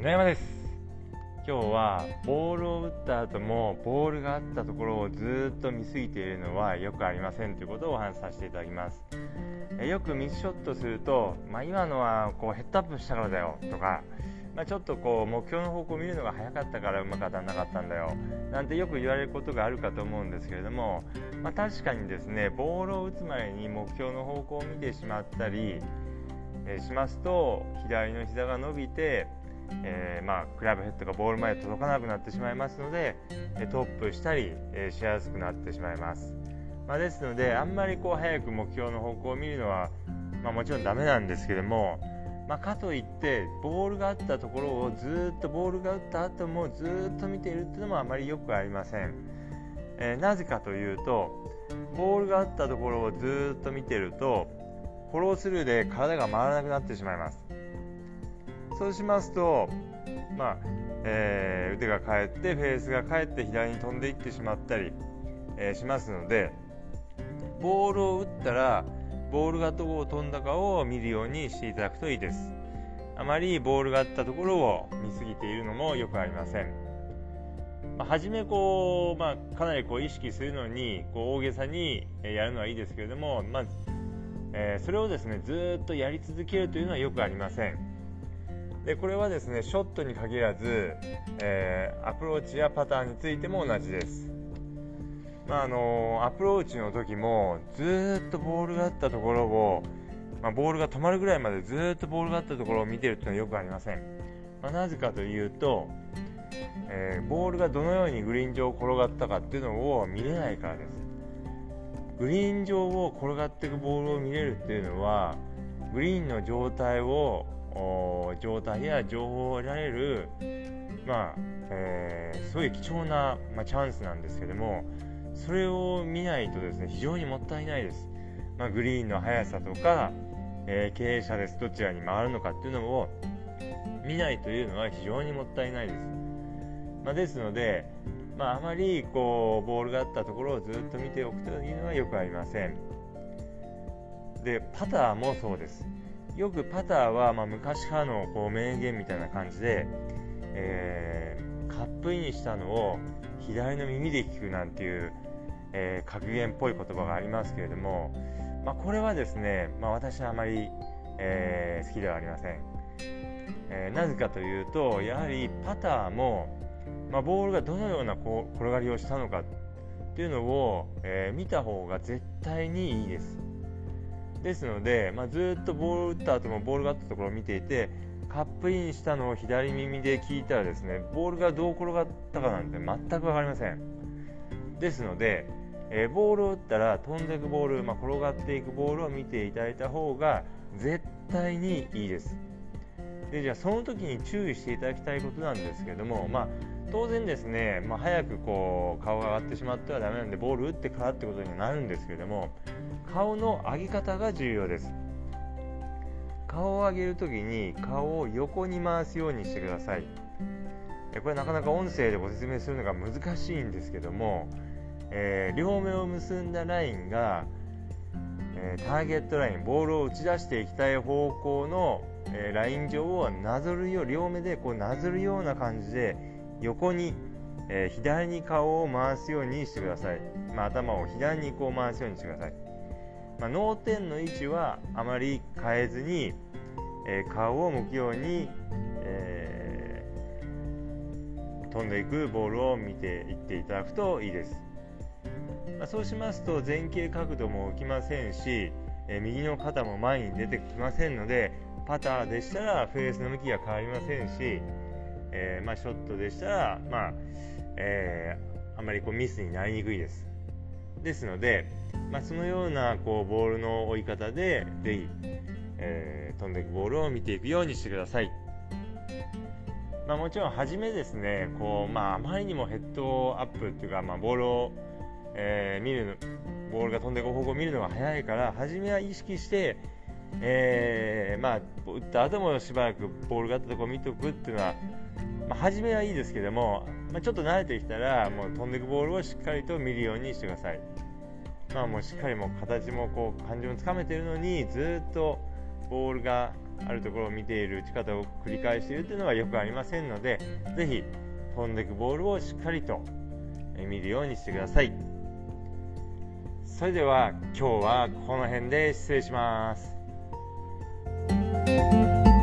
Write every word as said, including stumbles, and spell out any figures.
村山です。今日はボールを打った後もボールがあったところをずっと見過ぎているのはよくありませんということをお話しさせていただきます。よくミスショットすると、まあ、今のはこうヘッドアップしたからだよとか、まあ、ちょっとこう目標の方向を見るのが早かったからうまく当たらなかったんだよなんてよく言われることがあるかと思うんですけれども、まあ、確かにですね、ボールを打つ前に目標の方向を見てしまったり、えー、しますと左の膝が伸びて、えーまあ、クラブヘッドがボール前に届かなくなってしまいますので、トップしたり、えー、しやすくなってしまいます。まあ、ですのであんまりこう早く目標の方向を見るのは、まあ、もちろんダメなんですけども、まあ、かといってボールがあったところをずっとボールが打った後もずっと見ているっていうのもあまりよくありません。えー、なぜかというと、ボールがあったところをずっと見ているとフォロースルーで体が回らなくなってしまいます。そうしますと、まあえー、腕が返ってフェースが返って左に飛んでいってしまったり、えー、しますので、ボールを打ったらボールがどこを飛んだかを見るようにしていただくといいです。あまりボールがあったところを見すぎているのもよくありません。まあ、初めこう、まあ、かなりこう意識するのにこう大げさにやるのはいいですけれども、まあえー、それをですねずっとやり続けるというのはよくありません。でこれはですねショットに限らず、えー、アプローチやパターンについても同じです。まああのー、アプローチの時もずっとボールがあったところを、まあ、ボールが止まるぐらいまでずっとボールがあったところを見てるというのはよくありません。まあ、なぜかというと、えー、ボールがどのようにグリーン上を転がったかっていうのを見れないからです。グリーン上を転がっていくボールを見れるっていうのはグリーンの状態を状態や情報を得られる、まあえー、すごい貴重な、まあ、チャンスなんですけども、それを見ないとですね非常にもったいないです。まあ、グリーンの速さとか、えー、傾斜です。どちらに回るのかっていうのを見ないというのは非常にもったいないです。まあ、ですので、まあ、あまりこうボールがあったところをずっと見ておくというのはよくありません。でパターもそうです。よくパターは、まあ、昔からのこう名言みたいな感じで、えー、カップインしたのを左の耳で聞くなんていう、えー、格言っぽい言葉がありますけれども、まあ、これはですね、まあ、私はあまり、えー、好きではありません。えー、なぜかというと、やはりパターも、まあ、ボールがどのようなこう転がりをしたのかっていうのを、えー、見た方が絶対にいいです。ですので、まあ、ずっとボールを打った後もボールがあったところを見ていて、カップインしたのを左耳で聞いたらですね、ボールがどう転がったかなんて全く分かりません。ですので、えー、ボールを打ったら飛んでいくボール、まあ、転がっていくボールを見ていただいた方が絶対にいいです。でじゃあその時に注意していただきたいことなんですけれども、まあ、当然ですね、まあ、早くこう顔が上がってしまってはダメなんでボール打ってからってことにはなるんですけれども、顔の上げ方が重要です。顔を上げるときに顔を横に回すようにしてください。これなかなか音声でご説明するのが難しいんですけども、えー、両目を結んだラインが、えー、ターゲットライン、ボールを打ち出していきたい方向の、えー、ライン上をなぞるよう、両目でこうなぞるような感じで横に、えー、左に顔を回すようにしてください。まあ、頭を左にこう回すようにしてください。まあ、脳天の位置はあまり変えずに、えー、顔を向くように、えー、飛んでいくボールを見ていっていただくといいです。まあ、そうしますと前傾角度も起きませんし、えー、右の肩も前に出てきませんので、パターでしたらフェースの向きが変わりませんし、えーまあ、ショットでしたら、まあえー、あまりこうミスになりにくいです。ですので、まあ、そのようなこうボールの追い方でぜひ、えー、飛んでいくボールを見ていくようにしてください。まあ、もちろん初めですねこう、まあ、あまりにもヘッドアップっていうか、まあ、ボールを、えー、見るボールが飛んでいく方向を見るのが早いから、初めは意識して、えーまあ、打った後もしばらくボールがあったところを見ておくっていうのは、まあ、初めはいいですけども、まあ、ちょっと慣れてきたらもう飛んでいくボールをしっかりと見るようにしてください。まあ、もうしっかりもう形もこう感じもつかめているのにずっとボールがあるところを見ている打ち方を繰り返しているというのはよくありませんので、ぜひ飛んでいくボールをしっかりと見るようにしてください。それでは今日はこの辺で失礼します。